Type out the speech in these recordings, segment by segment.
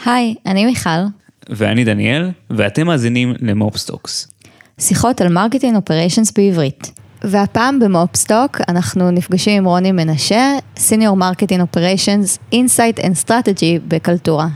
היי, אני מיכל. ואני דניאל, ואתם מאזינים למופסטוקס. שיחות על מרקטינג אופריישנס בעברית. והפעם במופסטוק אנחנו נפגשים עם רוני מנשה, סיניור מרקטינג אופריישנס, אינסייט אנד סטרטג'י בקלטורה.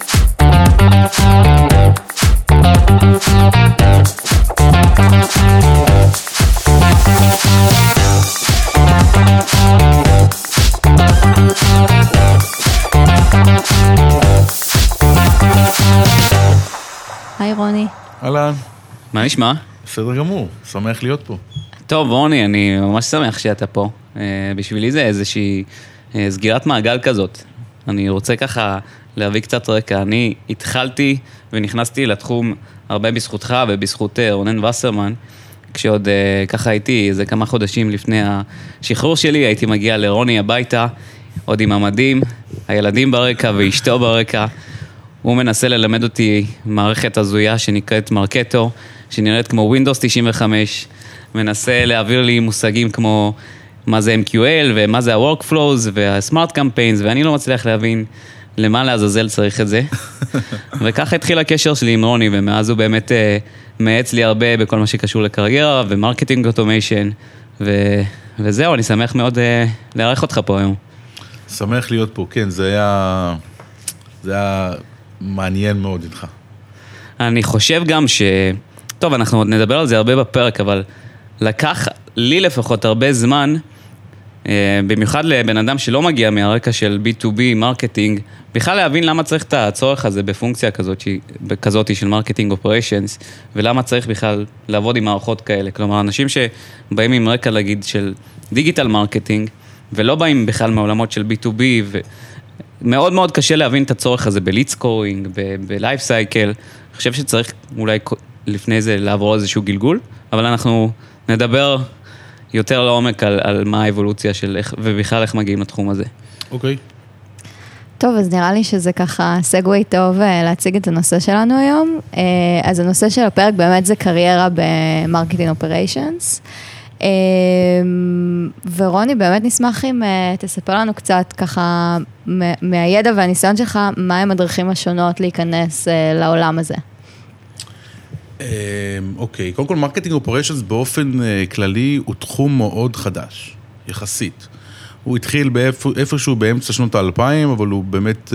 היי רוני. אהלן. מה נשמע? בסדר גמור, שמח להיות פה. טוב רוני, אני ממש שמח שאתה פה. בשבילי זה איזושהי סגירת מעגל כזאת. אני רוצה ככה להביא קצת רקע. אני התחלתי ונכנסתי לתחום הרבה בזכותך ובזכות רונן וסרמן, כשעוד ככה הייתי איזה כמה חודשים לפני השחרור שלי, הייתי מגיע לרוני הביתה, עוד עם המדים, הילדים ברקע ואשתו ברקע. הוא מנסה ללמד אותי מערכת הזויה שנקראת מרקטו, שנראית כמו Windows 95, מנסה להעביר לי מושגים כמו מה זה MQL ומה זה ה-Workflows וה-Smart Campaigns, ואני לא מצליח להבין למה לעזאזל צריך את זה. וככה התחיל הקשר שלי עם רוני, ומאז הוא באמת מאץ לי הרבה בכל מה שקשור לקריירה ומרקטינג אוטומיישן, וזהו, אני שמח מאוד לארח אותך פה היום. שמח להיות פה, כן, זה היה מעניין מאוד איתך. אני חושב גם טוב, אנחנו עוד נדבר על זה הרבה בפרק, אבל לקח לי לפחות הרבה זמן, במיוחד לבן אדם שלא מגיע מהרקע של B2B, מרקטינג, בכלל להבין למה צריך את הצורך הזה בפונקציה כזאת של מרקטינג אופריישנס, ולמה צריך בכלל לעבוד עם מערכות כאלה. כלומר, אנשים שבאים עם רקע, להגיד, של דיגיטל מרקטינג, ולא באים בכלל מעולמות של B2B, ומאוד מאוד קשה להבין את הצורך הזה בליד סקורינג, בלייף סייקל. אני חושב שצריך אולי לפני זה לעבור איזשהו גלגול, אבל אנחנו נדבר יותר לעומק על מה האבולוציה של איך, ובכלל איך מגיעים לתחום הזה. אוקיי. טוב, אז נראה לי שזה ככה סגווי טוב להציג את הנושא שלנו היום. אז הנושא של הפרק באמת זה קריירה במרקטינג אופריישנס. ורוני, באמת נשמח אם תספר לנו קצת ככה מהידע והניסיון שלך, מה הם הדרכים השונות להיכנס לעולם הזה. אוקיי, קודם כל מרקטינג אופריישנס באופן כללי הוא תחום מאוד חדש, יחסית. הוא התחיל איפשהו באמצע שנות ה-2000, אבל הוא באמת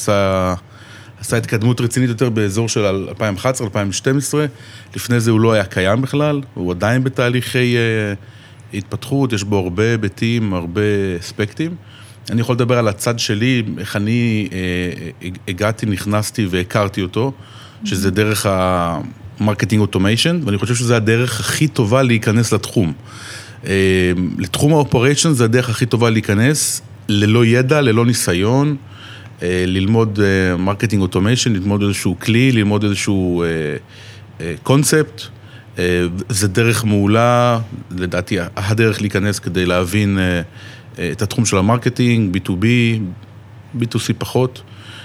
עשה התקדמות רצינית יותר באזור של 2011-2012. לפני זה הוא לא היה קיים בכלל, הוא עדיין בתהליכי התפתחות, יש בו הרבה היבטים, הרבה אספקטים. אני יכול לדבר על הצד שלי, איך אני הגעתי, נכנסתי והכרתי אותו, שזה דרך המרקטינג אוטומיישן, ואני חושב שזה הדרך הכי טובה להיכנס לתחום. לתחום האופריישן זה הדרך הכי טובה להיכנס, ללא ידע, ללא ניסיון, ללמוד מרקטינג אוטומיישן, ללמוד איזשהו כלי, ללמוד איזשהו קונספט. זה דרך מעולה, לדעתי, הדרך להיכנס כדי להבין את התחום של המרקטינג, B2B, B2C פחות.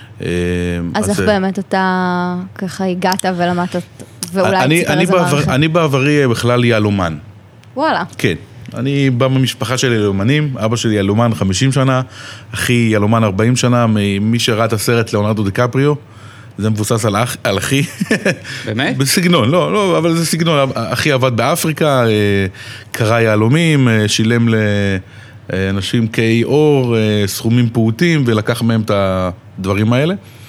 אז איך באמת אתה ככה הגעת ולמדת, ואולי תספר איזה מערכת? אני בעברי בכלל יהלומן. וואלה. כן. אני בא ממשפחה של יהלומנים, אבא שלי יהלומן 50 שנה, אחי יהלומן 40 שנה, מי שראה את הסרט ליאונרדו דיקפריו, זה מבוסס על אחי. באמת? בסגנון, לא, אבל זה סגנון. אחי עבד באפריקה, קרא יהלומים, שילם לאנשים קי אור, סכומים פעוטים, ולקח מהם את הדברים האלה.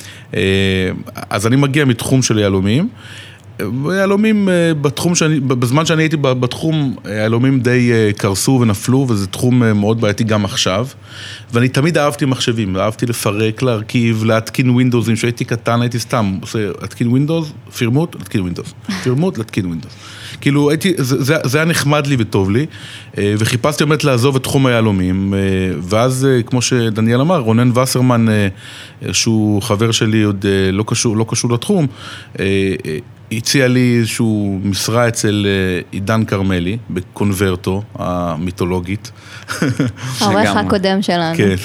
אז אני מגיע מתחום של יהלומים, היהלומים בזמן שאני הייתי בתחום, היהלומים די קרסו ונפלו, וזה תחום מאוד בעייתי גם עכשיו. ואני תמיד אהבתי מחשבים, אהבתי לפרק, להרכיב, להתקין ווינדוזים. כשהייתי קטן הייתי סתם עושה, להתקין ווינדוז, פירמוט, להתקין ווינדוז. פירמוט, להתקין ווינדוז. כאילו זה היה נחמד לי וטוב לי, וחיפשתי באמת לעזוב את תחום היהלומים, ואז כמו שדניאל אמר, רונן וסרמן, שהוא חבר שלי עוד לא קשור לתחום, הציע לי איזשהו משרה אצל עידן קרמלי, בקונברטו המיתולוגית. העורך הקודם שלנו. כן.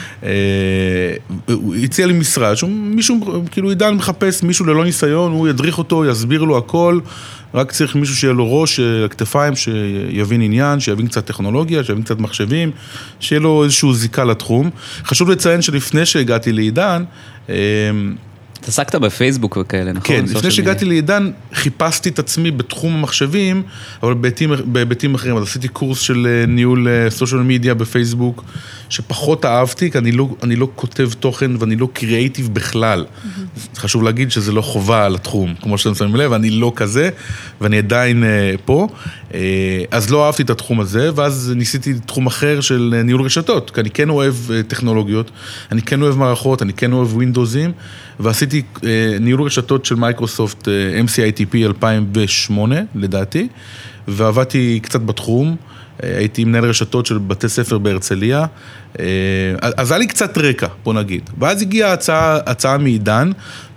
הוא הציע לי משרה, מישהו, כאילו עידן מחפש מישהו ללא ניסיון, הוא ידריך אותו, יסביר לו הכל, רק צריך מישהו שיהיה לו ראש, כתפיים, שיבין עניין, שיבין קצת טכנולוגיה, שיבין קצת מחשבים, שיהיה לו איזשהו זיקה לתחום. חשוב לציין שלפני שהגעתי לעידן, התעסקת בפייסבוק וכאלה, נכון? כן, לפני שהגעתי לעידן, חיפשתי את עצמי בתחום המחשבים, אבל בהיבטים אחרים. אז עשיתי קורס של ניהול סושיאל מדיה בפייסבוק, שפחות אהבתי, כי אני לא כותב תוכן ואני לא קריאייטיב בכלל. חשוב להגיד שזה לא חובה על התחום, כמו שאתם שמים לב, אני לא כזה, ואני עדיין פה. אז לא אהבתי את התחום הזה, ואז ניסיתי תחום אחר של ניהול רשתות, כי אני כן אוהב טכנולוגיות, אני כן אוהב מערכות, אני כן אוהב ווינדוזים, ועשיתי ניהול רשתות של מייקרוסופט, MCITP 2008 לדעתי, ועבדתי קצת בתחום, הייתי מנהל רשתות של בתי ספר בהרצליה, אז היה לי קצת רקע, בוא נגיד. ואז הגיעה הצעה מעידן,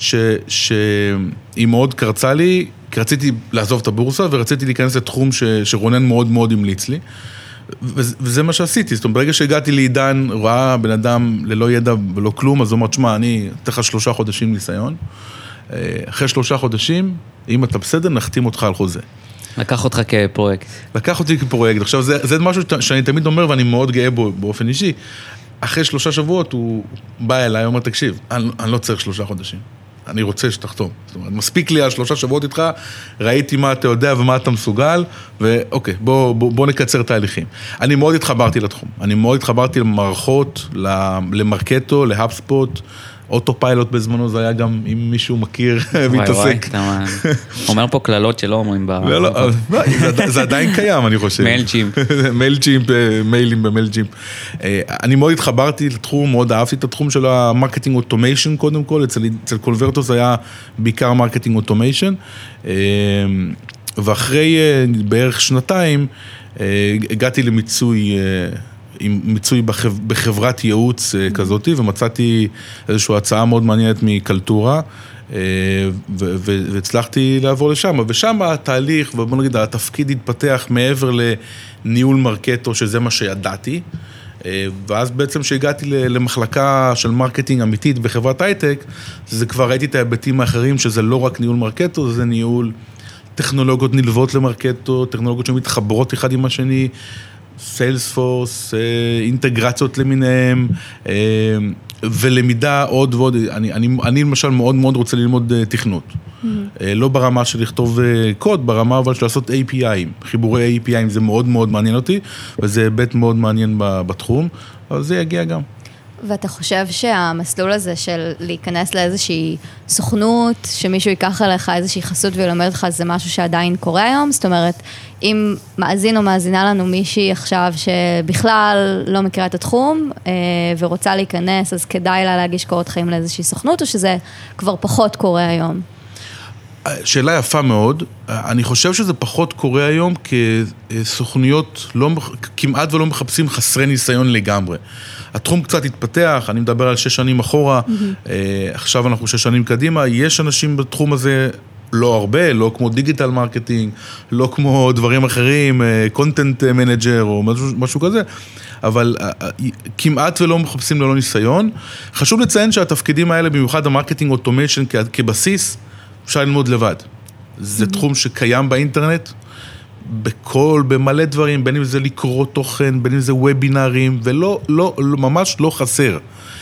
שהיא מאוד קרצה לי, כי רציתי לעזוב את הבורסה, ורציתי להיכנס לתחום שרונן מאוד מאוד המליץ לי, וזה מה שעשיתי. זאת אומרת, ברגע שהגעתי לעידן, ראה בן אדם ללא ידע ולא כלום, אז הוא אומר, תשמע, אני אתן לך 3 חודשים ניסיון, אחרי 3 חודשים, אם אתה בסדר, נחתים אותך על חוזה. לקח אותך כפרויקט. לקח אותי כפרויקט. עכשיו, זה משהו שאני תמיד אומר, ואני מאוד גאה בו באופן אישי. אחרי 3 שבועות, הוא בא אליי, אומר, תקשיב, אני לא צריך 3 חודשים. אני רוצה שתחתום. זאת אומרת, מספיק לי על 3 שבועות איתך, ראיתי מה אתה יודע ומה אתה מסוגל, ואוקיי, בוא נקצר תהליכים. אני מאוד התחברתי לתחום. אני מאוד התחברתי למערכות, למרקטו, להאפספוט, אוטופיילוט בזמנו, זה היה גם אם מישהו מכיר מתעסק. אומר פה כללות שלא אומרים לא, זה עדיין קיים, אני חושב. מיילצ'ימפ. מיילצ'ימפ, מיילים במיילצ'ימפ. אני מאוד התחברתי לתחום, מאוד אהבתי את התחום של המרקטינג אוטומיישן, קודם כל, אצל קונברטוס היה בעיקר מרקטינג אוטומיישן, ואחרי בערך 2 הגעתי למיצוי, עם מיצוי בחברת ייעוץ כזאת, ומצאתי איזושהי הצעה מאוד מעניינת מקלטורה, והצלחתי לעבור לשם, ושם התהליך, ובוא נגיד, התפקיד התפתח מעבר לניהול מרקטו, שזה מה שידעתי, ואז בעצם שהגעתי למחלקה של מרקטינג אמיתית בחברת הייטק, זה כבר ראיתי את ההיבטים האחרים, שזה לא רק ניהול מרקטו, זה ניהול טכנולוגיות נלוות למרקטו, טכנולוגיות שמתחברות אחד עם השני, סיילספורס, אינטגרציות למיניהם, ולמידה עוד ועוד. אני למשל מאוד מאוד רוצה ללמוד תכנות. לא ברמה של לכתוב קוד, ברמה אבל של לעשות API'ים. חיבורי API'ים זה מאוד מאוד מעניין אותי, וזה היבט מאוד מעניין בתחום, אבל זה יגיע גם. ואתה חושב שהמסלול הזה של להיכנס לאיזושהי סוכנות, שמישהו ייקח עליך איזושהי חסות ולומד לך, זה משהו שעדיין קורה היום? זאת אומרת, אם מאזין או מאזינה לנו מישהי עכשיו שבכלל לא מכירה את התחום ורוצה להיכנס, אז כדאי לה להגיש קורות חיים לאיזושהי סוכנות, או שזה כבר פחות קורה היום? שאלה יפה מאוד. אני חושב שזה פחות קורה היום, כי סוכנויות כמעט ולא מחפשים חסרי ניסיון לגמרי. התחום קצת התפתח, אני מדבר על 6 שנים אחורה, עכשיו אנחנו 6 שנים קדימה, יש אנשים בתחום הזה לא הרבה, לא כמו דיגיטל מרקטינג, לא כמו דברים אחרים, קונטנט מנג'ר או משהו כזה, אבל כמעט ולא מחפשים ללא ניסיון. חשוב לציין שהתפקידים האלה, במיוחד המרקטינג אוטומיישן כבסיס, אפשר ללמוד לבד. זה תחום שקיים באינטרנט, במלא דברים, בין אם זה לקרוא תוכן, בין אם זה וובינרים, ממש לא חסר.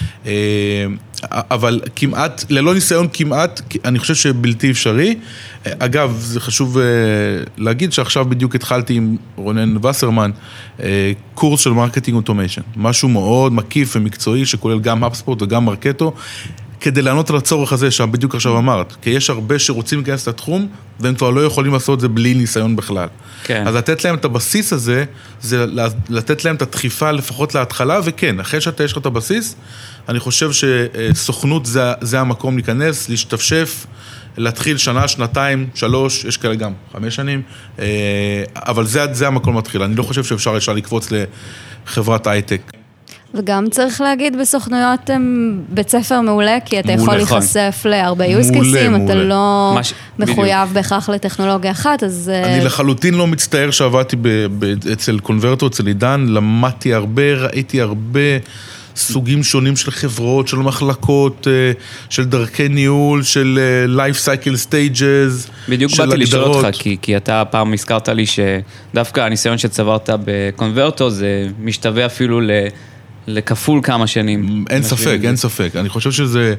אבל כמעט, ללא ניסיון כמעט, אני חושב שבלתי אפשרי. אגב, זה חשוב להגיד שעכשיו בדיוק התחלתי עם רונן וסרמן, קורס של מרקטינג אוטומיישן. משהו מאוד מקיף ומקצועי, שכולל גם האפספורט וגם מרקטו, כדי לענות על הצורך הזה שבדיוק עכשיו אמרת, כי יש הרבה שרוצים להיכנס לתחום, והם כבר לא יכולים לעשות את זה בלי ניסיון בכלל. כן. אז לתת להם את הבסיס הזה, זה לתת להם את הדחיפה לפחות להתחלה, וכן, אחרי שאתה יש לך את הבסיס, אני חושב שסוכנות זה המקום להיכנס, להשתפשף, להתחיל 1, 2, 3, יש כאלה גם 5 שנים, אבל זה המקום להתחיל. אני לא חושב שאפשר ישר לקפוץ לחברת הייטק. וגם צריך להגיד, בסוכנויות הם בית ספר מעולה, כי אתה יכול להיחשף להרבה use cases, אתה לא מחויב בהכרח לטכנולוגיה אחת, אז... אני לחלוטין לא מצטער שעבדתי אצל קונברטו, אצל עידן, למדתי הרבה, ראיתי הרבה סוגים שונים של חברות, של מחלקות, של דרכי ניהול, של life cycle stages. בדיוק באתי לשאול אותך, כי אתה פעם הזכרת לי שדווקא הניסיון שצברת בקונברטו, זה משתווה אפילו לכפול כמה שנים. אין ספק. אני חושב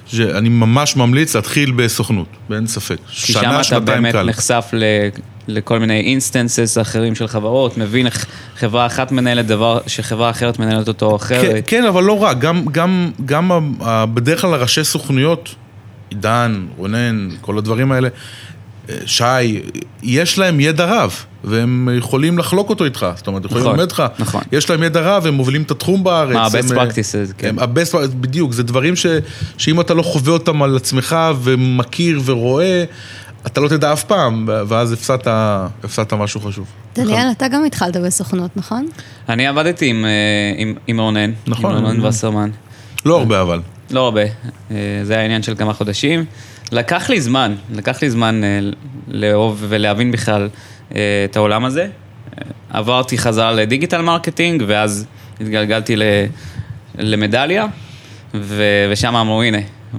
שאני ממש ממליץ להתחיל בסוכנות, באין ספק. כי שם אתה באמת נחשף לכל מיני אינסטנסס אחרים של חברות, מבין איך חברה אחת מנהלת דבר שחברה אחרת מנהלת אותו אחרת. כן, אבל לא רק, גם בדרך כלל ראשי סוכנויות, עידן, רונן, כל הדברים האלה, שי, יש להם ידע רב, והם יכולים לחלוק אותו איתך, זאת אומרת, יכולים ללמד לך, יש להם ידע רב, הם מובילים את התחום בארץ. מה, ה-best practices, כן. בדיוק, זה דברים שאם אתה לא חווה אותם על עצמך, ומכיר ורואה, אתה לא תדע אף פעם, ואז הפסדת משהו חשוב. דניאל, אתה גם התחלת בסוכנות, נכון? אני עבדתי עם רונן, עם רונן וסרמן. לא הרבה אבל. לא הרבה, זה היה עניין של כמה חודשים. לקח לי זמן לאהוב ולהבין בכלל את העולם הזה. עברתי חזרה לדיגיטל מרקטינג, ואז התגלגלתי למדליה, ושם אמרו, הנה,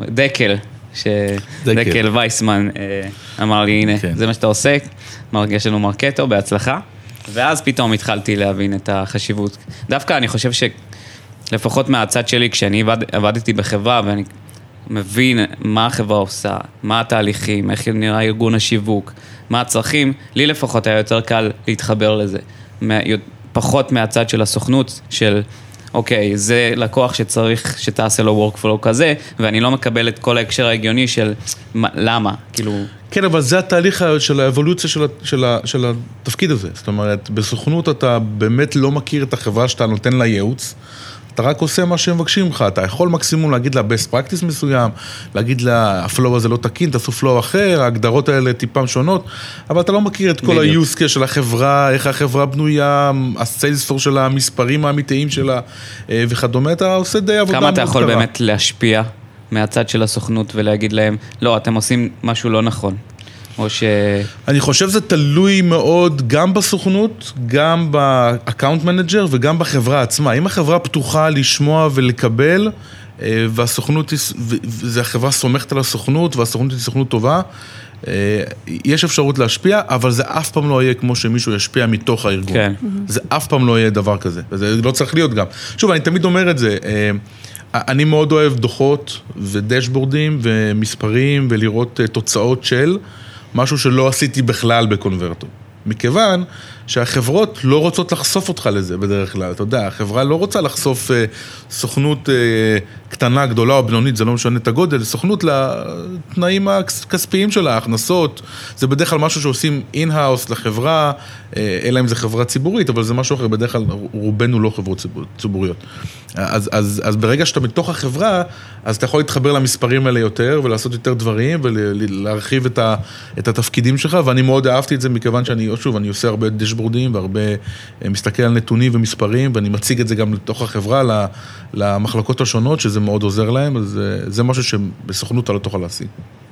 דקל וייסמן אמר לי, הנה, זה מה שאתה עושה, יש לנו מרקטו, בהצלחה. ואז פתאום התחלתי להבין את החשיבות. דווקא אני חושב לפחות מהצד שלי, כשאני עבדתי בחברה, ואני מבין מה החברה עושה, מה התהליכים, איך נראה ארגון השיווק, מה הצרכים, לי לפחות היה יותר קל להתחבר לזה. פחות מהצד של הסוכנות, של אוקיי, זה לקוח שצריך שתעשה לו workflow כזה, ואני לא מקבל את כל ההקשר ההגיוני של למה, כאילו... כן, אבל זה התהליך של האבולוציה של התפקיד הזה. זאת אומרת, בסוכנות אתה באמת לא מכיר את החברה שאתה נותן לה ייעוץ, אתה רק עושה מה שהם מבקשים לך, אתה יכול מקסימום להגיד לה best practice מסוים, להגיד לה, הפלואו הזה לא תקין, תעשו פלואו אחר, ההגדרות האלה טיפם שונות, אבל אתה לא מכיר את כל ה-use case של החברה, איך החברה בנויה, הסיילספורס שלה, המספרים האמיתיים שלה, וכדומה, אתה עושה די עבודה מאוד קרה. כמה אתה יכול באמת להשפיע מהצד של הסוכנות ולהגיד להם, לא, אתם עושים משהו לא נכון? אני חושב שזה תלוי מאוד גם בסוכנות, גם באקאונט מנג'ר וגם בחברה עצמה. אם החברה פתוחה לשמוע ולקבל, והסוכנות, החברה סומכת על הסוכנות, והסוכנות היא סוכנות טובה, יש אפשרות להשפיע, אבל זה אף פעם לא יהיה כמו שמישהו ישפיע מתוך הארגון. כן. זה אף פעם לא יהיה דבר כזה, וזה לא צריך להיות גם. שוב, אני תמיד אומר את זה, אני מאוד אוהב דוחות ודשבורדים ומספרים ולראות תוצאות של משהו שלא עשיתי בכלל בקונברטו. מכיוון שהחברות לא רוצות לחשוף אותך לזה בדרך כלל. אתה יודע, החברה לא רוצה לחשוף סוכנות קטנה, גדולה או בינונית, זה לא משנה את הגודל, סוכנות לתנאים הכספיים של ההכנסות. זה בדרך כלל משהו שעושים אין-האוס לחברה, אלא אם זה חברה ציבורית, אבל זה משהו אחר, בדרך כלל רובנו לא חברות ציבוריות. אז ברגע שאתה מתוך החברה, אז אתה יכול להתחבר למספרים האלה יותר, ולעשות יותר דברים, ולהרחיב את התפקידים שלך, ואני מאוד אהבתי את זה, מכיוון שאני, שוב, אני עושה הרבה דשבורדים, והרבה מסתכל על נתונים ומספרים, ואני מציג את זה גם לתוך החברה, למחלקות השונות, שזה מאוד עוזר להם, אז זה משהו שבסוכנות אתה לא תוכל להשיג.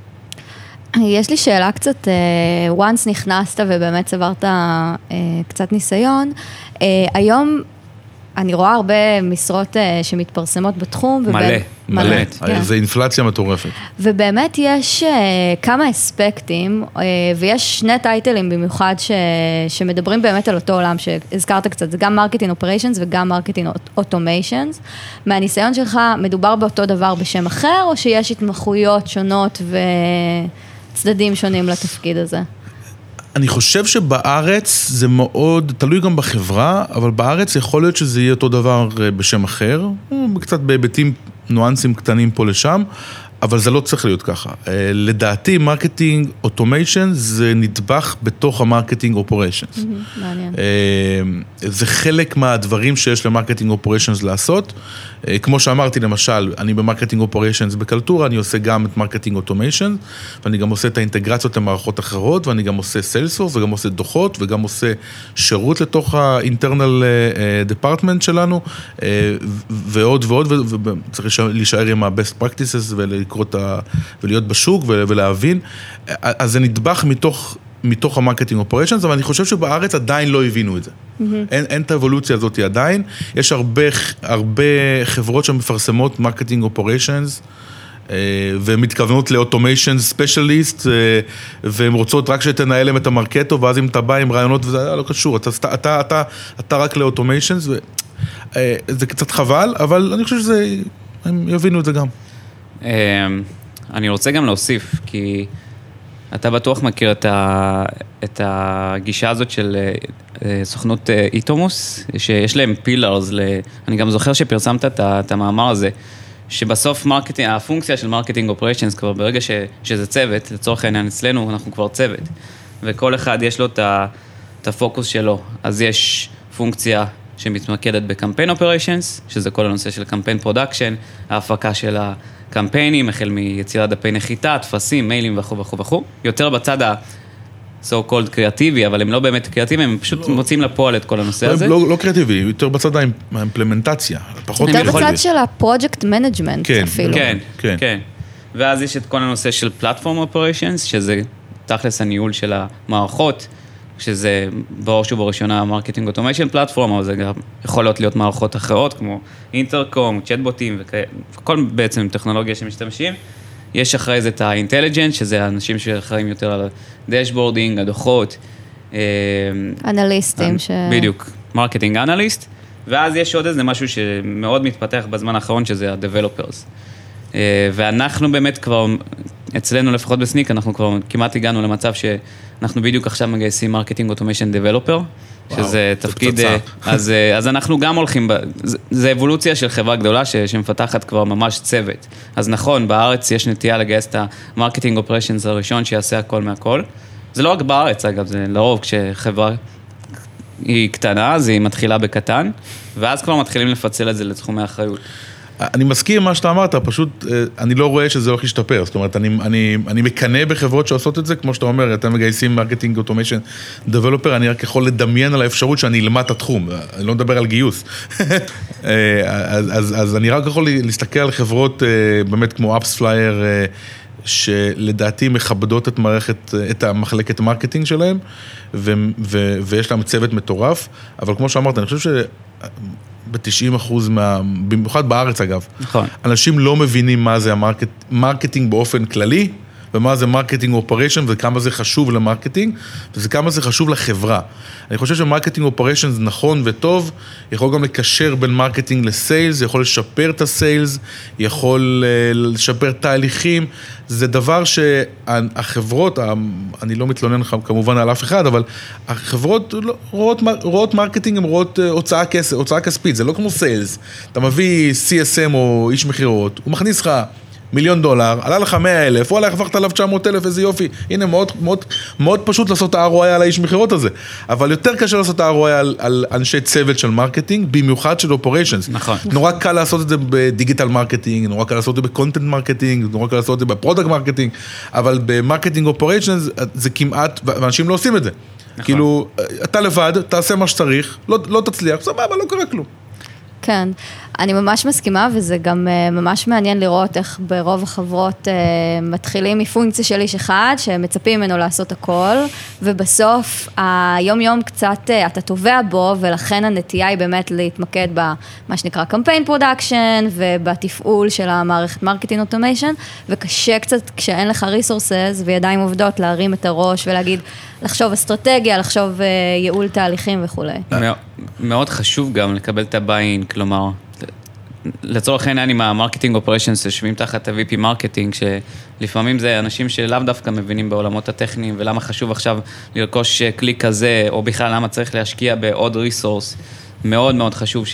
יש לי שאלה קצת, once נכנסת ובאמת צברת קצת ניסיון, היום אני רואה הרבה משרות שמתפרסמות בתחום. מלא. זה אינפלציה מטורפת. ובאמת יש כמה אספקטים, ויש שני טייטלים במיוחד שמדברים באמת על אותו עולם שהזכרת קצת, זה גם מרקטינג אופריישנס וגם מרקטינג אוטומיישנס. מהניסיון שלך, מדובר באותו דבר בשם אחר, או שיש התמחויות שונות וצדדים שונים לתפקיד הזה? אני חושב שבארץ זה מאוד, תלוי גם בחברה, אבל בארץ יכול להיות שזה יהיה אותו דבר בשם אחר, קצת בהיבטים נואנסים קטנים פה לשם, אבל זה לא צריך להיות ככה. לדעתי, מרקטינג אוטומיישן זה נדבך בתוך המרקטינג אופריישנס. מעניין. זה חלק מהדברים שיש למרקטינג אופריישנס לעשות. כמו שאמרתי, למשל, אני במרקטינג אופריישנס בקלטורה, אני עושה גם את מרקטינג אוטומיישן, ואני גם עושה את האינטגרציות למערכות אחרות, ואני גם עושה סיילספורס, וגם עושה דוחות, וגם עושה שירות לתוך ה-internal department שלנו, ועוד ועוד, וצריך להישאר עם ה-best practices ולהיות בשוק ולהבין. אז זה נדבך מתוך המרקטינג אופריישנס, אבל אני חושב שבארץ עדיין לא הבינו את זה. אין את האבולוציה הזאת עדיין. יש הרבה חברות שמפרסמות מרקטינג אופריישנס, ומתכוונות לאוטומיישן ספיישליסט, והן רוצות רק שתנהל להם את המרקטו, ואז אם אתה בא עם רעיונות, וזה לא קשור, אתה רק לאוטומיישנס, זה קצת חבל, אבל אני חושב שהם יבינו את זה גם. אני רוצה גם להוסיף, כי אתה בטוח מכיר את הגישה הזאת של סוכנות איתומוס, שיש להם פילרס, אני גם זוכר שפרסמת את המאמר הזה, שבסוף הפונקציה של מרקטינג אופריישנס, כבר ברגע שזה צוות, לצורך העניין אצלנו, אנחנו כבר צוות, וכל אחד יש לו את הפוקוס שלו, אז יש פונקציה שמתמקדת בקמפיין אופריישנס, שזה כל הנושא של קמפיין פרודקשן, ההפקה של הקמפיינים, החל מיצירת דפי נחיתה, תפסים, מיילים וכו'. יותר בצד so called קריאטיבי, אבל הם לא באמת קריאטיביים, הם פשוט מוצאים לפועל את כל הנושא הזה. לא קריאטיבי, יותר בצד האימפלמנטציה, פחות יותר בצד של הפרויקט מנג'מנט אפילו. כן. ואז יש את כל הנושא של פלטפורם אופריישנס, שזה תכלס הניהול של המערכות, שזה בראש ובראשונה מרקטינג אוטומיישן פלטפורם, אבל זה גם יכול להיות מערכות אחרות, כמו אינטרקום, צ'טבוטים, וכל בעצם טכנולוגיה שמשתמשים. יש אחרי זה את האינטליג'נס, שזה האנשים שאחראים יותר על הדשבורדינג, הדוחות. אנליסטים. בדיוק, מרקטינג אנליסט. ואז יש עוד איזה משהו שמאוד מתפתח בזמן האחרון, שזה ה-developers. ואנחנו באמת כבר, אצלנו לפחות בסניק, אנחנו כבר כמעט הגענו למצב שאנחנו בדיוק עכשיו מגייסים מרקטינג אוטומיישן דבלופר, שזה תפקיד, אז אנחנו גם הולכים, זה אבולוציה של חברה גדולה שמפתחת כבר ממש צוות. אז נכון, בארץ יש נטייה לגייס את המרקטינג אופריישנס הראשון שיעשה הכל מהכל. זה לא רק בארץ, אגב, זה לרוב כשחברה היא קטנה, אז היא מתחילה בקטן, ואז כבר מתחילים לפצל את זה לתחומי האחריות. אני מסכים עם מה שאתה אמרת, פשוט אני לא רואה שזה הולך להשתפר, זאת אומרת, אני מקנה בחברות שעושות את זה, כמו שאתה אומר, אתם מגייסים מרקטינג אוטומיישן דבלופר, אני רק יכול לדמיין על האפשרות שאני אלמד את התחום, אני לא מדבר על גיוס. אז אני רק יכול להסתכל על חברות באמת כמו AppsFlyer, שלדעתי מכבדות את המחלקת מרקטינג שלהם, ויש להם צוות מטורף, אבל כמו שאמרת, אני חושב ב-90% במיוחד בארץ אגב, נכון. אנשים לא מבינים מה זה המרקטינג באופן כללי, ומה זה מרקטינג אופריישן, וכמה זה חשוב למרקטינג, וכמה זה חשוב לחברה. אני חושב שמרקטינג אופריישן זה נכון וטוב, יכול גם לקשר בין מרקטינג לסיילס, יכול לשפר את הסיילס, יכול לשפר תהליכים, זה דבר שהחברות, אני לא מתלונן כמובן על אף אחד, אבל החברות רואות מרקטינג, הן רואות הוצאה כספית, זה לא כמו סיילס, אתה מביא CSM או איש מחירות, הוא מכניס לך $1,000,000, עלה לך 100,000, הוא הלך, הפכת עליו 900,000, איזה יופי. הנה, מאוד פשוט לעשות את ה-ROI על האיש מחירות הזה. אבל יותר קשה לעשות את ה-ROI על אנשי צוות של מרקטינג, במיוחד של אופריישנס. נכון. נורא קל לעשות את זה בדיגיטל מרקטינג, נורא קל לעשות את זה בקונטנט מרקטינג, נורא קל לעשות את זה בפרודקט מרקטינג, אבל במרקטינג אופריישנס זה כמעט, ואנשים לא עושים את זה. נכון. כאילו, אתה לבד, תעשה מה שצריך, לא תצליח, סבבה, לא קרה כלום. כן, אני ממש מסכימה, וזה גם ממש מעניין לראות איך ברוב החברות מתחילים מפונקציה של איש אחד, שמצפים ממנו לעשות הכל, ובסוף היום קצת אתה תובע בו, ולכן הנטייה היא באמת להתמקד במה שנקרא קמפיין פרודקשן, ובתפעול של המערכת מרקטינג אוטומיישן, וקשה קצת כשאין לך ריסורסס וידיים עובדות להרים את הראש ולהגיד, לחשוב אסטרטגיה, לחשוב ייעול תהליכים וכו'. מאוד חשוב גם לקבל את הביין, כלומר, לצורך העניין עם המרקטינג אופריישנס, יושבים תחת ה-VP מרקטינג, שלפעמים זה אנשים שלאו דווקא מבינים בעולמות הטכניים, ולמה חשוב עכשיו לרכוש כלי כזה, או בכלל למה צריך להשקיע בעוד ריסורס. מאוד מאוד חשוב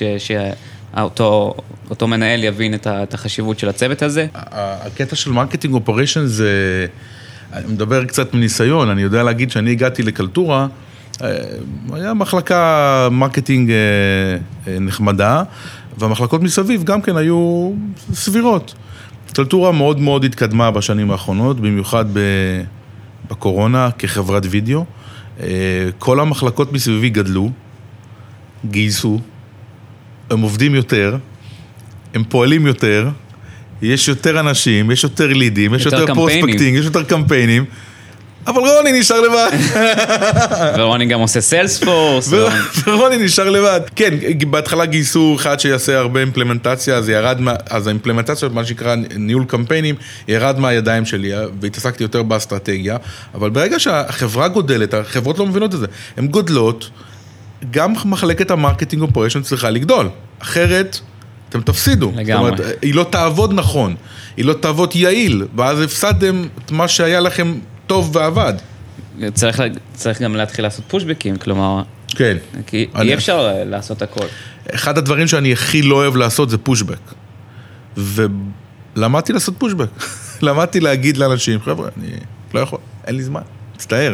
שאותו מנהל יבין את החשיבות של הצוות הזה. הקטע של מרקטינג אופריישנס זה, אני מדבר קצת מניסיון, אני יודע להגיד שאני הגעתי לקלטורה, היה מחלקה מרקטינג נחמדה, והמחלקות מסביב גם כן היו סבירות. קלטורה מאוד מאוד התקדמה בשנים האחרונות, במיוחד בקורונה כחברת וידאו. כל המחלקות מסביבי גדלו, גייסו, הם עובדים יותר, הם פועלים יותר, יש יותר אנשים, יש יותר לידים, יש יותר פרוספקטינג, יש יותר קמפיינים, אבל רוני נשאר לבד. ורוני גם עושה סיילספורס. ורוני נשאר לבד. כן, בהתחלה גייסו אחד שיעשה הרבה אימפלמנטציה, אז האימפלמנטציה, מה שנקרא ניהול קמפיינים, ירד מהידיים שלי, והתעסקתי יותר באסטרטגיה, אבל ברגע שהחברה גודלת, החברות לא מבינות את זה, הן גודלות, גם מחלקת המרקטינג אופריישן צריכה לגדול. אחרת, אתם תפסידו. לגמרי. זאת אומרת, היא לא תעבוד נכון, היא לא תעבוד יעיל, ואז הפסדתם את מה שהיה לכם טוב ועבד. צריך גם להתחיל לעשות פושבקים, כלומר, כן. כי אי אפשר לעשות הכל. אחד הדברים שאני הכי לא אוהב לעשות זה פושבק. ולמדתי לעשות פושבק. למדתי להגיד לאנשים, חבר'ה, אני לא יכול, אין לי זמן, מצטער.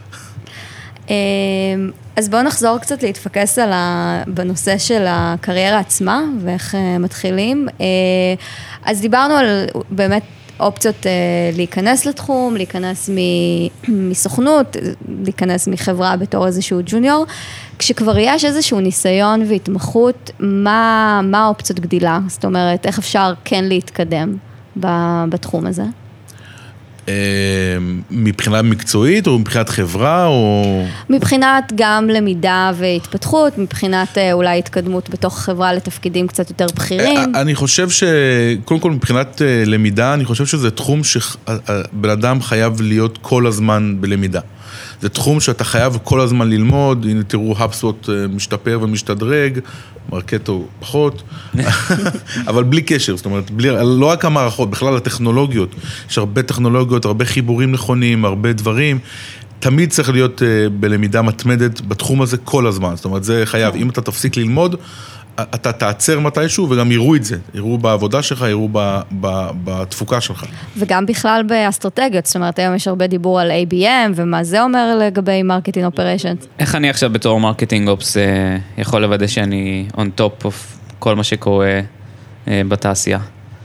אז בואו נחזור קצת להתפקס בנושא של הקריירה עצמה, ואיך מתחילים. אז דיברנו על באמת אופציות להיכנס לתחום, להיכנס מסוכנות, להיכנס מחברה בתור איזשהו ג'וניור. כשכבר יש איזשהו ניסיון והתמחות, מה האופציות גדילה? זאת אומרת, איך אפשר כן להתקדם בתחום הזה? מבחינה מקצועית או מבחינת חברה או... מבחינת גם למידה והתפתחות, מבחינת אולי התקדמות בתוך חברה לתפקידים קצת יותר בכירים. אני חושב קודם כל מבחינת למידה, אני חושב שזה תחום שבן אדם חייב להיות כל הזמן בלמידה. זה תחום שאתה חייב כל הזמן ללמוד, הנה תראו, HubSpot משתפר ומשתדרג, מרקטו פחות, אבל בלי קשר, זאת אומרת, לא רק המערכות, בכלל הטכנולוגיות, יש הרבה טכנולוגיות, הרבה חיבורים נכונים, הרבה דברים, תמיד צריך להיות בלמידה מתמדת בתחום הזה כל הזמן, זאת אומרת, זה חייב, אם אתה תפסיק ללמוד, אתה תעצר מתישהו וגם יראו את זה, יראו בעבודה שלך, יראו בתפוקה שלך. וגם בכלל באסטרטגיות, זאת אומרת, היום יש הרבה דיבור על ABM, ומה זה אומר לגבי מרקטינג אופריישנס? איך אני עכשיו בתור מרקטינג אופס יכול לוודא שאני on top of כל מה שקורה בתעשייה?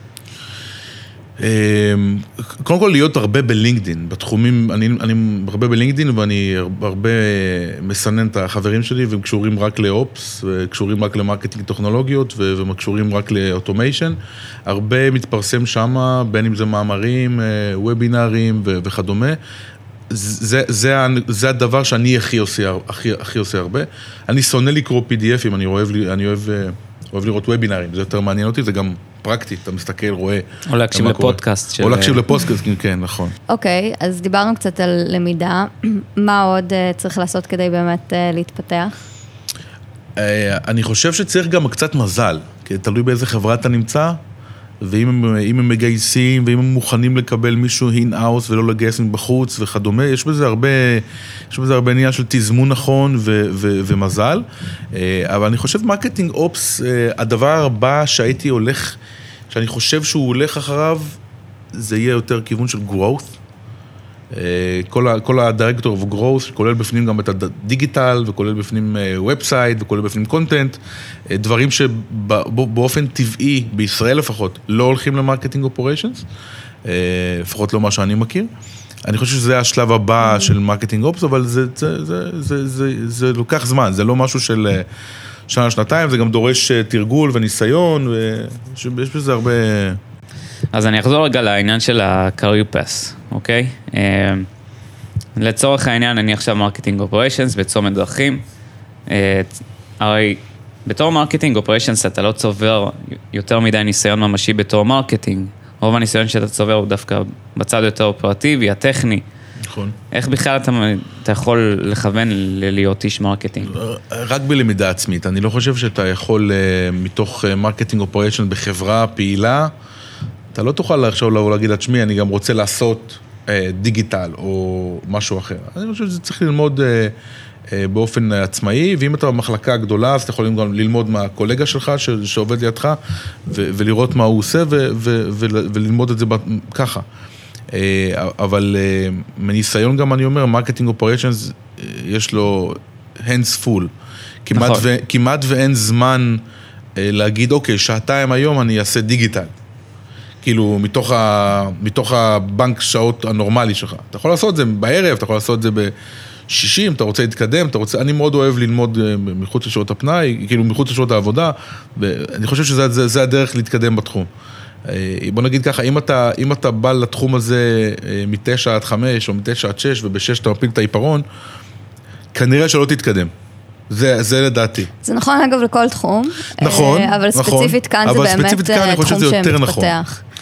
קודם כל להיות הרבה בלינקדין, בתחומים, אני הרבה בלינקדין ואני הרבה מסנן את החברים שלי והם קשורים רק לאופס, קשורים רק למרקטינג טכנולוגיות והם קשורים רק לאוטומיישן, הרבה מתפרסם שם, בין אם זה מאמרים, וובינרים וכדומה, זה הדבר שאני הכי עושה הרבה, אני שונא לקרוא PDFים, אני אוהב לראות וובינרים, זה יותר מעניין אותי, זה גם פרקטי, אתה מסתכל, רואה. או להקשיב לפודקאסט. או להקשיב לפודקאסט, כן, נכון. אוקיי, אז דיברנו קצת על למידה, מה עוד צריך לעשות כדי באמת להתפתח? אני חושב שצריך גם קצת מזל, כי תלוי באיזה חברה אתה נמצא, ואם הם מגייסים, ואם הם מוכנים לקבל מישהו אין-האוס ולא לגייס מבחוץ וכדומה, יש בזה הרבה עניין של תזמון נכון ומזל, אבל אני חושב מרקטינג אופס, הדבר הבא שאני חושב שהוא הולך אחריו, זה יהיה יותר כיוון של growth, כל הדירקטור of growth, שכולל בפנים גם את הדיגיטל, וכולל בפנים ובסייט, וכולל בפנים קונטנט, דברים שבאופן טבעי, בישראל לפחות, לא הולכים למרקטינג אופריישנס, לפחות לא מה שאני מכיר. אני חושב שזה השלב הבא של מרקטינג אופס, אבל זה לוקח זמן, זה לא משהו של שנה, שנתיים, זה גם דורש תרגול וניסיון, ויש בזה הרבה... אז אני אחזור רגע לעניין של ה-career path, אוקיי? לצורך העניין, אני עכשיו מרקטינג אופריישנס בצומת דרכים. הרי בתור מרקטינג אופריישנס אתה לא צובר יותר מדי ניסיון ממשי בתור מרקטינג. רוב הניסיון שאתה צובר הוא דווקא בצד יותר אופרטיבי, הטכני. נכון. איך בכלל אתה יכול לכוון להיות איש מרקטינג? רק בלמידה עצמית. אני לא חושב שאתה יכול מתוך מרקטינג אופריישנס בחברה פעילה, אתה לא תוכל עכשיו להגיד לעצמי, אני גם רוצה לעשות דיגיטל או משהו אחר. אני חושב שזה צריך ללמוד באופן עצמאי, ואם אתה במחלקה גדולה, אז אתה יכול גם ללמוד מהקולגה שלך שעובד לידך, ולראות מה הוא עושה, וללמוד את זה ככה. אבל מניסיון גם אני אומר, מרקטינג אופריישנס, יש לו hands full. כמעט ואין זמן להגיד, אוקיי, שעתיים היום אני אעשה דיגיטל. כאילו, מתוך הבנק שעות הנורמלי שלך. אתה יכול לעשות את זה בערב, אתה יכול לעשות את זה ב-60, אתה רוצה להתקדם, אני מאוד אוהב ללמוד מחוץ לשעות הפנאי, כאילו מחוץ לשעות העבודה, ואני חושב שזה הדרך להתקדם בתחום. בוא נגיד ככה, אם אתה בא לתחום הזה מ-9 עד 5 או מ-9 עד 6, וב-6 אתה מפיל את העיפרון, כנראה שלא תתקדם. זה לדעתי. זה נכון אגב לכל תחום. נכון, אבל ספציפית כאן זה באמת תחום שמתפתח.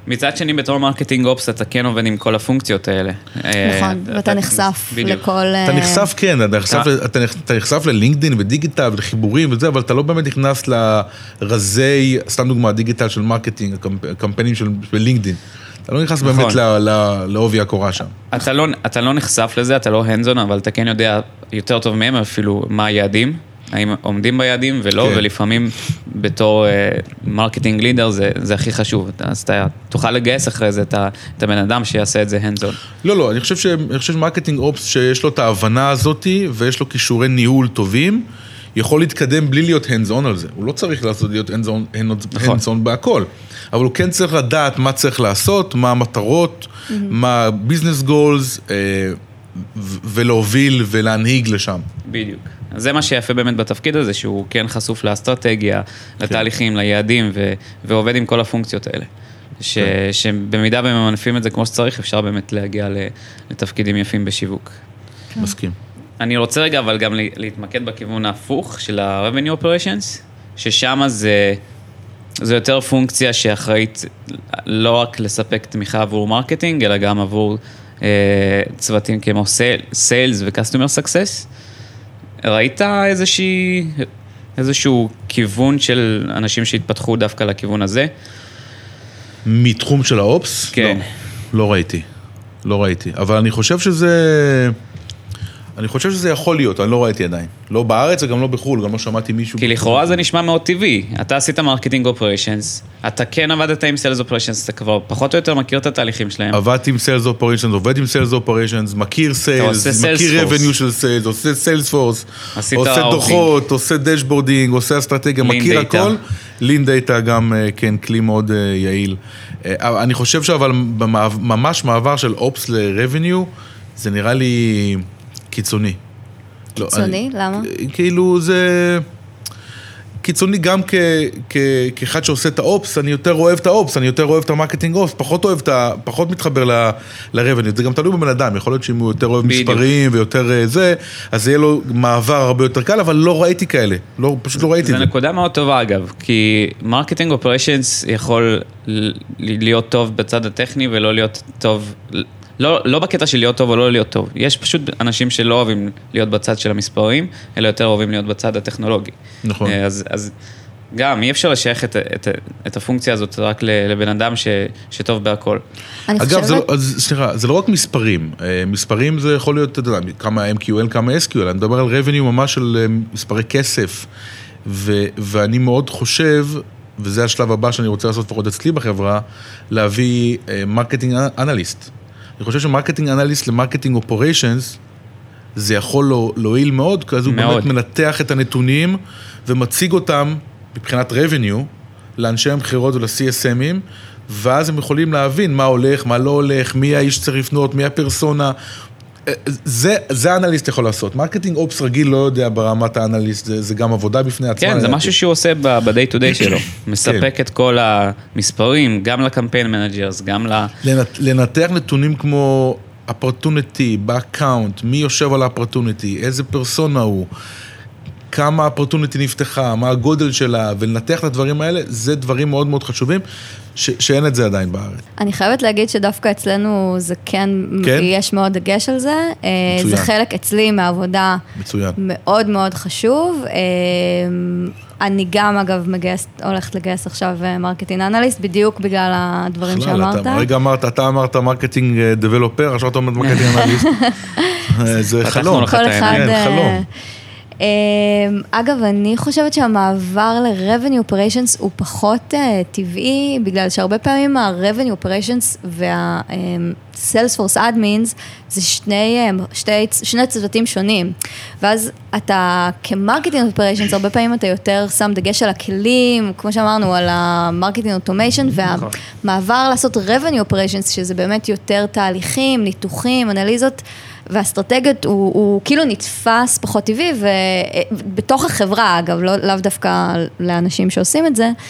מצד שני, בתור מרקטינג אופס, אתה כן עובד עם כל הפונקציות האלה. נכון, ואתה נחשף לכל... אתה נחשף, כן, אתה נחשף ללינקדין ודיגיטל ולחיבורים וזה, אבל אתה לא באמת נכנס לרזי, סתם דוגמה, דיגיטל של מרקטינג, הקמפיינים של לינקדין. אתה לא נכנס באמת לעובי הקורה שם. אתה לא נחשף לזה, אתה לא הנדזון, אבל אתה כן יודע יותר טוב מהם אפילו מה היעדים, האם עומדים ביעדים ולא, ולפעמים בתור מרקטינג לידר זה הכי חשוב. אז אתה תוכל לגייס אחרי זה את הבן אדם שיעשה את זה הנדזון. לא, אני חושב שמרקטינג אופס שיש לו את ההבנה הזאת ויש לו כישורי ניהול טובים, יכול להתקדם בלי להיות הנדזון על זה. הוא לא צריך להיות הנדזון בהכל. אבל הוא כן צריך לדעת מה צריך לעשות, מה המטרות, מה ביזנס גולס, ולהוביל ולהנהיג לשם. בדיוק. זה מה שיפה באמת בתפקיד הזה, שהוא כן חשוף לאסטרטגיה, לתהליכים, ליעדים, ועובד עם כל הפונקציות האלה. שבמידה וממנפים את זה כמו שצריך, אפשר באמת להגיע לתפקידים יפים בשיווק. מסכים. אני רוצה רגע, אבל גם להתמקד בכיוון ההפוך של ה-Revenue Operations, ששם זה יותר פונקציה שאחראית לא רק לספק תמיכה עבור מרקטינג, אלא גם עבור צוותים כמו Sales ו-Customer Success. ראית איזשהו כיוון של אנשים שהתפתחו דווקא לכיוון הזה? מתחום של האופס? כן. לא ראיתי. אבל אני חושב שזה יכול להיות, אני לא ראיתי עדיין. לא בארץ וגם לא בחול, גם לא שמעתי מישהו. כי לכאורה זה נשמע מאוד טבעי. אתה עשית מרקטינג אופריישנס, אתה כן עבדת עם סיילס אופריישנס, אתה כבר פחות או יותר מכיר את התהליכים שלהם. עבדתי עם סיילס אופריישנס, עובד עם סיילס אופריישנס, מכיר סיילס, מכיר רבניו של סיילס, עושה סיילס פורס, עושה דוחות, עושה דשבורדינג, עושה אסטרטגיה, מכיר הכל. לין דאטה גם, כן, כלי מאוד יעיל. אני חושב שאבל ממש מעבר של אופס לרבניו, זה נראה לי קיצוני. קיצוני? למה? כאילו זה קיצוני גם כאחד שעושה את האופס, אני יותר אוהב את האופס, אני יותר אוהב את המרקטינג אופס, פחות מתחבר לרבניו. זה גם תלוי בבן אדם, יכול להיות שאם הוא יותר אוהב מספרים ויותר זה, אז יהיה לו מעבר הרבה יותר קל, אבל לא ראיתי כאלה, פשוט לא ראיתי את זה. זה נקודה מאוד טובה אגב, כי מרקטינג אופריישנס יכול להיות טוב בצד הטכני ולא להיות טוב, לא בקטע של להיות טוב או לא להיות טוב. יש פשוט אנשים שלא אוהבים להיות בצד של המספרים, אלא יותר אוהבים להיות בצד הטכנולוגי. נכון. אז גם אי אפשר לשייך את הפונקציה הזאת רק לבן אדם שטוב בהכל. אגב, סליחה, זה לא רק מספרים. מספרים זה יכול להיות, אתה יודע, כמה MQL, כמה SQL. אני מדבר על revenue ממש של מספרי כסף. ואני מאוד חושב, וזה השלב הבא שאני רוצה לעשות לפחות אצלי בחברה, להביא מרקטינג אנליסט. אני חושב שמרקטינג אנליסט למרקטינג אופריישנס, זה יכול להועיל מאוד, כי אז הוא באמת מנתח את הנתונים, ומציג אותם מבחינת revenue, לאנשי המחירות ול-CSM'ים, ואז הם יכולים להבין מה הולך, מה לא הולך, מי האיש שצריך לפנות, מי הפרסונה. זה האנליסט יכול לעשות. מרקטינג אופס רגיל לא יודע ברמת האנליסט, זה גם עבודה בפני עצמה. כן, זה משהו שהוא עושה ב-day to day שלו. מספק את כל המספרים, גם לקמפיין מנג'רס, גם לנתח נתונים כמו opportunity, באקאונט, מי יושב על opportunity, איזה פרסונה הוא, כמה opportunity נפתחה, מה הגודל שלה, ולנתח את הדברים האלה, זה דברים מאוד מאוד חשובים, שאין את זה עדיין בארץ. אני חייבת להגיד שדווקא אצלנו זה כן, יש מאוד דגש על זה. מצוין. זה חלק אצלי מהעבודה. מצוין. מאוד מאוד חשוב. אני גם, אגב, הולכת לגייס עכשיו מרקטינג אנליסט, בדיוק בגלל הדברים שאמרת. רגע אתה אמרת מרקטינג דבלופר, עכשיו אתה אומרת מרקטינג אנליסט. זה חלום. כל אחד... חלום. אגב, אני חושבת שהמעבר ל-Revenue Operations הוא פחות טבעי, בגלל שהרבה פעמים ה-Revenue Operations וה-Salesforce Admins זה שני צוותים שונים. ואז אתה כ-Marketing Operations, הרבה פעמים אתה יותר שם דגש על הכלים, כמו שאמרנו, על ה-Marketing Automation, והמעבר לעשות Revenue Operations, שזה באמת יותר תהליכים, ניתוחים, אנליזות, והאסטרטגיות הוא כאילו נתפס פחות טבעי, ובתוך החברה, אגב, לאו דווקא לאנשים שעושים את זה,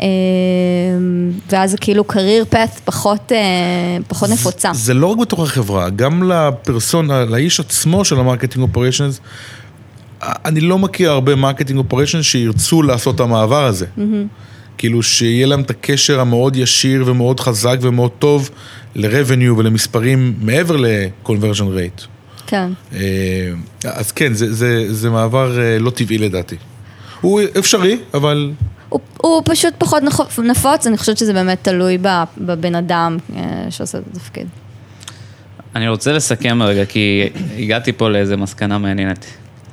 ואז זה כאילו career path פחות נפוצה. זה לא רק בתוך החברה, גם לפרסונה, לאיש עצמו של המרקטינג אופריישנס, אני לא מכיר הרבה מרקטינג אופריישנס שירצו לעשות את המעבר הזה. כאילו שיהיה להם את הקשר המאוד ישיר ומאוד חזק ומאוד טוב ל-revenue ולמספרים מעבר ל-conversion rate. כן. אז כן, זה מעבר לא טבעי לדעתי. הוא אפשרי, אבל... הוא פשוט פחות נפוץ, אני חושבת שזה באמת תלוי בבן אדם שעושה את התפקיד. אני רוצה לסכם רגע, כי הגעתי פה לאיזה מסקנה מעניינת.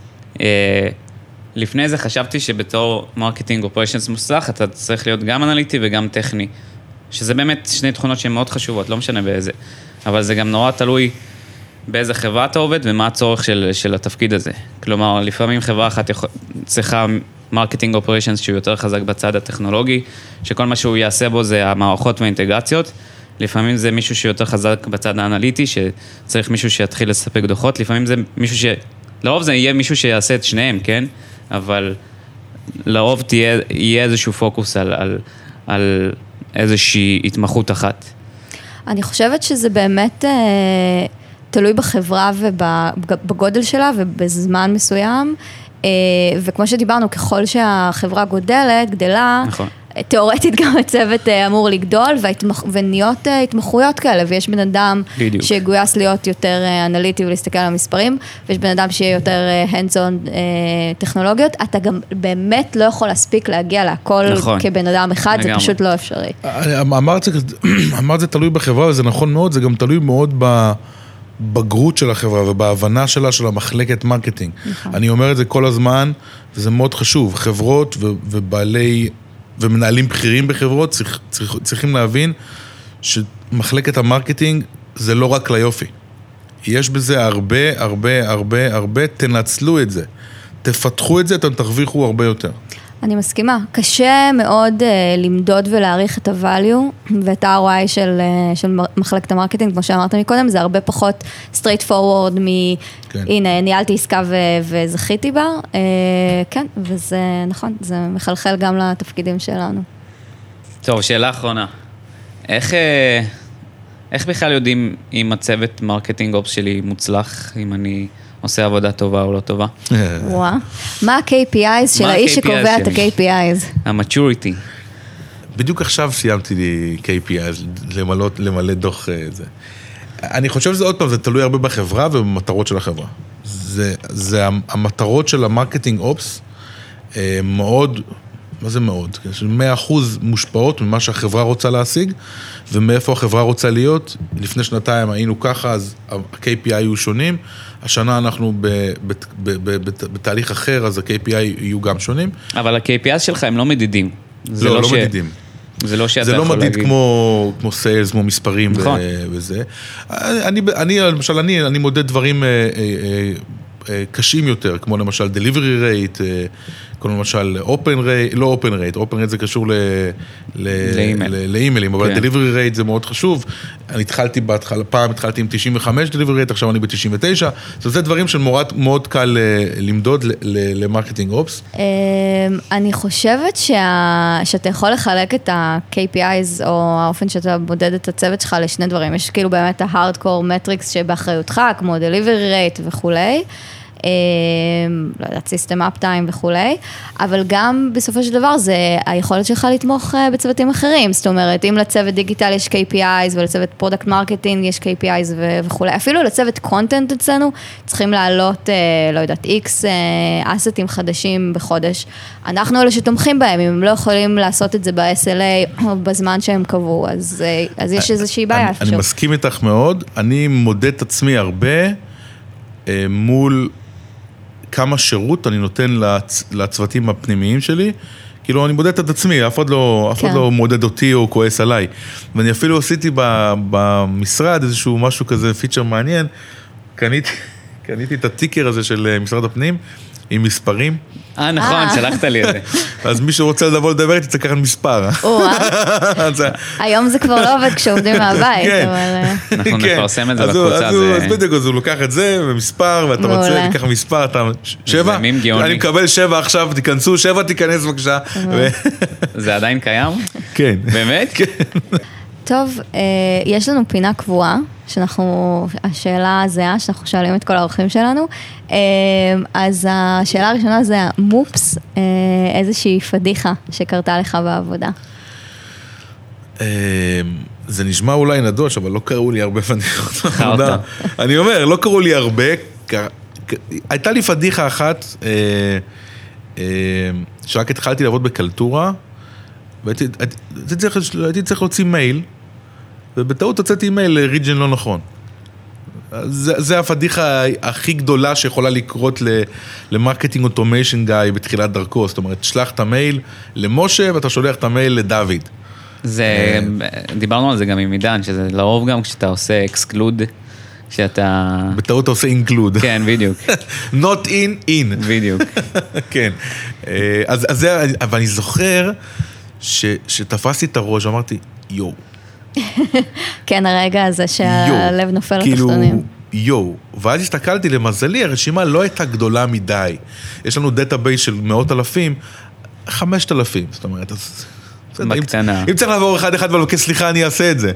לפני זה חשבתי שבתור מרקטינג אופריישנס מוצלח, אתה צריך להיות גם אנליטי וגם טכני. שזה באמת שני תכונות שהן מאוד חשובות, לא משנה באיזה. אבל זה גם נורא תלוי באיזה חברה אתה עובד ומה הצורך של התפקיד הזה. כלומר, לפעמים חברה אחת צריכה מרקטינג אופריישנס שהוא יותר חזק בצד הטכנולוגי, שכל מה שהוא יעשה בו זה המערכות והאינטגרציות. לפעמים זה מישהו שיותר חזק בצד האנליטי, שצריך מישהו שיתחיל לספק דוחות. לפעמים זה מישהו לרוב זה יהיה מישהו שיעשה את שניהם, כן? אבל לרוב יהיה איזשהו פוקוס על איזושהי התמחות אחת. אני חושבת שזה באמת תלוי בחברה ובגודל שלה ובזמן מסוים, וכמו שדיברנו, ככל שהחברה גדלה, נכון. תיאורטית גם הצוות אמור לגדול, ונהיות התמחויות כאלה, ויש בן אדם שגויס להיות יותר אנליטי ולהסתכל על המספרים, ויש בן אדם שיהיה יותר hands-on טכנולוגיות, אתה גם באמת לא יכול להספיק להגיע להכל כבן אדם אחד, זה פשוט לא אפשרי. אמרת זה תלוי בחברה, וזה נכון מאוד, זה גם תלוי מאוד בגרות של החברה ובהבנה שלה של המחלקת מרקטינג. אני אומר את זה כל הזמן, וזה מאוד חשוב. חברות ובעלי ומנהלים בכירים בחברות צריכים להבין שמחלקת המרקטינג זה לא רק ליופי. יש בזה הרבה, תנצלו את זה. תפתחו את זה, אתם תרוויחו הרבה יותר. אני מסכימה. קשה מאוד למדוד ולהעריך את ה-value ואת ה-ROI של מחלקת המרקטינג, כמו שאמרת מקודם, זה הרבה פחות straight forward הנה, ניהלתי עסקה וזכיתי בה, כן, וזה נכון, זה מחלחל גם לתפקידים שלנו. טוב, שאלה אחרונה. איך בכלל יודעים אם הצוות מרקטינג אופס שלי מוצלח, אם אני עושה עבודה טובה או לא טובה? וואו. מה ה-KPIs של האיש שקובע את ה-KPIs? ה-maturity. בדיוק עכשיו סיימתי לי KPIs, למלא דוח זה. אני חושב שזה עוד פעם, זה תלוי הרבה בחברה ובמטרות של החברה. זה המטרות של המרקטינג אופס, מאוד, מה זה מאוד? 100% מושפעות ממה שהחברה רוצה להשיג, ומאיפה החברה רוצה להיות. לפני שנתיים היינו ככה, אז ה-KPI היו שונים. השנה אנחנו בתהליך אחר, אז ה-KPI יהיו גם שונים. אבל ה-KPI שלך הם לא מדידים. לא מדידים. זה לא שאתה יכול להגיד. זה לא מדיד כמו סיילס, כמו מספרים וזה. למשל, אני מודד דברים קשים יותר, כמו למשל delivery rate, כמו למשל open rate, לא open rate, open rate זה קשור לאימיילים, אבל delivery rate זה מאוד חשוב. אני התחלתי בהתחלה, פעם התחלתי עם 95 delivery rate, עכשיו אני ב-99, זה דברים שמאוד קל למדוד למרקטינג אופס. אני חושבת שאתה יכול לחלק את ה-KPIs, או האופן שאתה מודד את הצוות שלך לשני דברים. יש כאילו באמת ה-hardcore metrics שבאחריותך, כמו delivery rate וכולי. לא יודעת, סיסטם אפטיים וכולי, אבל גם בסופו של דבר זה היכולת שלך לתמוך בצוותים אחרים, זאת אומרת, אם לצוות דיגיטל יש KPIs ולצוות פרודקט מרקטינג יש KPIs וכולי, אפילו לצוות קונטנט אצלנו צריכים לעלות, לא יודעת, X אסטים חדשים בחודש, אנחנו אלה שתומכים בהם, אם הם לא יכולים לעשות את זה ב-SLA או בזמן שהם קבעו, אז יש איזושהי בעיה. אני מסכים איתך מאוד, אני מודד את עצמי הרבה מול כמה שירות אני נותן לצוותים הפנימיים שלי, כאילו אני מודד את עצמי, אף אחד לא מודד אותי או כועס עליי, ואני אפילו עשיתי במשרד איזשהו משהו כזה, פיצ'ר מעניין, קניתי את הטיקר הזה של משרד הפנים, עם מספרים. נכון, שלחת לי את זה. אז מי שרוצה לדבר איתי, צריך לקחת מספר. היום זה כבר לא עובד כשעובדים מהבית, אבל... אנחנו נפרסם את זה בקבוצה. אז בדיוק, אז הוא לוקח את זה, ומספר, ואתה רוצה לקח מספר, אתה 7? אני מקבל 7 עכשיו, תיכנסו, 7 תיכנס בבקשה. זה עדיין קיים? כן. באמת? כן. טוב, יש לנו פינה קבועה, השאלה הזהה שאנחנו שואלים את כל האורחים שלנו, אז השאלה הראשונה זה המופס, איזושהי פדיחה שקרתה לך בעבודה. זה נשמע אולי נדוש, אבל לא קראו לי הרבה פדיחות. אני אומר, לא קראו לי הרבה, הייתה לי פדיחה אחת, שרק התחלתי לעבוד בקלטורה, והייתי צריך להוציא מייל, ובטעות הוצאתי מייל לריג'ן לא נכון. זה הפדיחה הכי גדולה שיכולה לקרות למרקטינג אוטומיישן גאי בתחילת דרכו. זאת אומרת, שלח את המייל למשה ואתה שולח את המייל לדוד. דיברנו על זה גם עם עידן, שזה לרוב גם כשאתה עושה אקסקלוד, שאתה... בטעות אתה עושה אינקלוד. כן, בדיוק. Not in. בדיוק. כן. אז זה, אבל אני זוכר שתפסתי את הראש, אמרתי, יו. כן, הרגע הזה שהלב נופל לתחתונים. ואז הסתכלתי, למזלי, הרשימה לא הייתה גדולה מדי. יש לנו דאטאבייס של 100,000, 5,000, זאת אומרת, אז... בקטנה. אם צריך לעבור אחד ולבקש סליחה, אני אעשה את זה.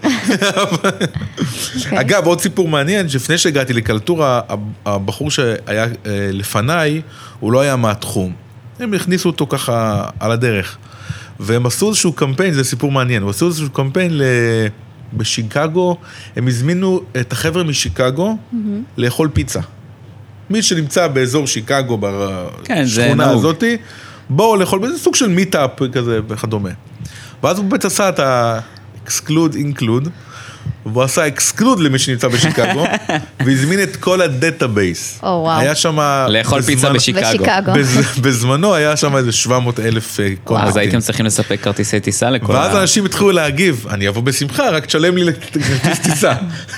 אגב, עוד סיפור מעניין, שלפני שהגעתי לקלטורה, הבחור שהיה לפניי, הוא לא היה מהתחום. הם הכניסו אותו ככה על הדרך. והם עשו איזשהו קמפיין, זה סיפור מעניין, הם עשו איזשהו קמפיין בשיקגו, הם הזמינו את החבר'ה משיקגו לאכול פיצה. מי שנמצא באזור שיקגו, בשכונה הזאת, בואו לאכול, זה סוג של מיטאפ כזה וכדומה. ואז הוא באמת עשה את ה-exclude, include, והוא עשה exclude למי שנמצא בשיקגו, והזמין את כל הדאטאבייס. היה שם... לאכול פיצה בשיקגו. בזמנו היה שם איזה 700,000 קונטקטים. אז הייתם צריכים לספק כרטיסי טיסה לכל ואז אנשים התחילו להגיב, אני אבוא בשמחה, רק תשלם לי לכרטיס טיסה.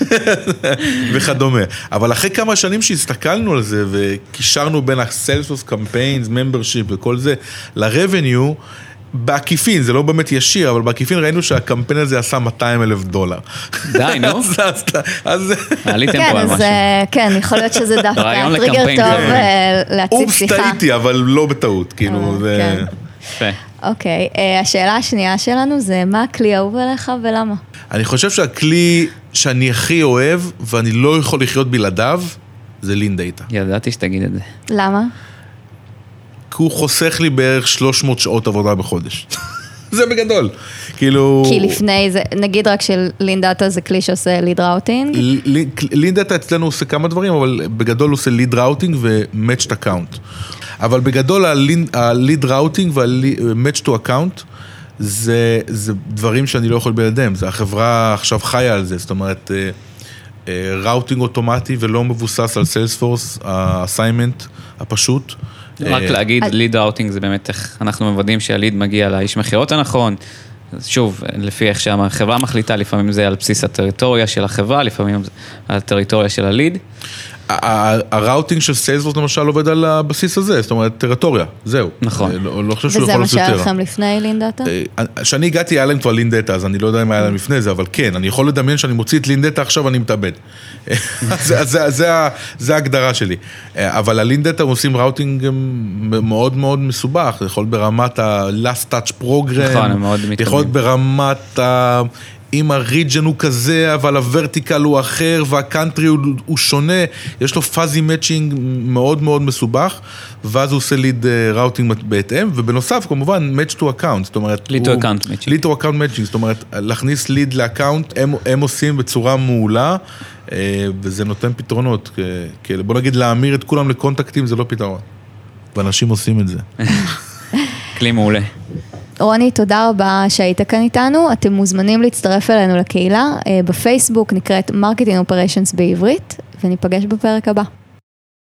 וכדומה. אבל אחרי כמה שנים שהסתכלנו על זה, וקישרנו בין ה-Salesforce campaigns, membership וכל זה, ל-revenue, בעקיפין, זה לא באמת ישיר, אבל בעקיפין ראינו שהקמפיין הזה עשה $200,000. די, נו? אז... עליתם פה על משהו. כן, יכול להיות שזה דווקא טריגר טוב להציג שיחה. טעיתי, אבל לא בטעות, כאילו, זה... אוקיי, השאלה השנייה שלנו זה, מה הכלי האהוב עליך ולמה? אני חושב שהכלי שאני הכי אוהב, ואני לא יכול לחיות בלעדיו, זה לין דאטה. ידעתי שתגיד את זה. למה? כי הוא חוסך לי בערך 300 שעות עבודה בחודש. זה בגדול. כאילו... כי לפני זה, נגיד רק של לין דאטה זה כלי שעושה ליד ראוטינג? לין דאטה אצלנו עושה כמה דברים, אבל בגדול הוא עושה ליד ראוטינג ו-match to account. אבל בגדול הליד ראוטינג וה-match to account זה דברים שאני לא יכול בלעדיהם. זה החברה עכשיו חיה על זה, זאת אומרת, ראוטינג אוטומטי ולא מבוסס על סיילספורס, האסיימנט הפשוט. רק להגיד, ליד ראוטינג זה באמת איך אנחנו מוודאים שהליד מגיע לאיש מחירות הנכון, שוב, לפי איך שהחברה מחליטה, לפעמים זה על בסיס הטריטוריה של החברה, לפעמים זה על הטריטוריה של הליד. הראוטינג של סיילספורס למשל עובד על הבסיס הזה, זאת אומרת, טריטוריה, זהו. נכון. לא חושב שהוא יכול לעשות יותר. וזה מה שהיה לכם לפני לין דאטה? כשאני הגעתי, היה להם כבר לין דאטה, אז אני לא יודע אם היה להם לפני זה, אבל כן, אני יכול לדמיין שאני מוציא את לין דאטה, עכשיו אני מתאבד. זה ההגדרה שלי. אבל הלין דאטה עושים ראוטינג מאוד מאוד מסובך, זה יכול ברמת ה-last touch program, נכון, הם מאוד מתקדמים. יכול ברמת אם הריג'ן הוא כזה, אבל הוורטיקל הוא אחר, והקאנטרי הוא שונה, יש לו פאזי מאצ'ינג מאוד מאוד מסובך, ואז הוא עושה ליד ראוטינג בהתאם, ובנוסף, כמובן, match to account, זאת אומרת... lead to account matching. lead to account matching, זאת אומרת, להכניס ליד לאקאונט, הם עושים בצורה מעולה, וזה נותן פתרונות, בוא נגיד, להמיר את כולם לקונטקטים, זה לא פתרון. ואנשים עושים את זה. כלי מעולה. רוני, תודה רבה שהיית כאן איתנו. אתם מוזמנים להצטרף אלינו לקהילה. בפייסבוק נקראת Marketing Operations בעברית, וניפגש בפרק הבא.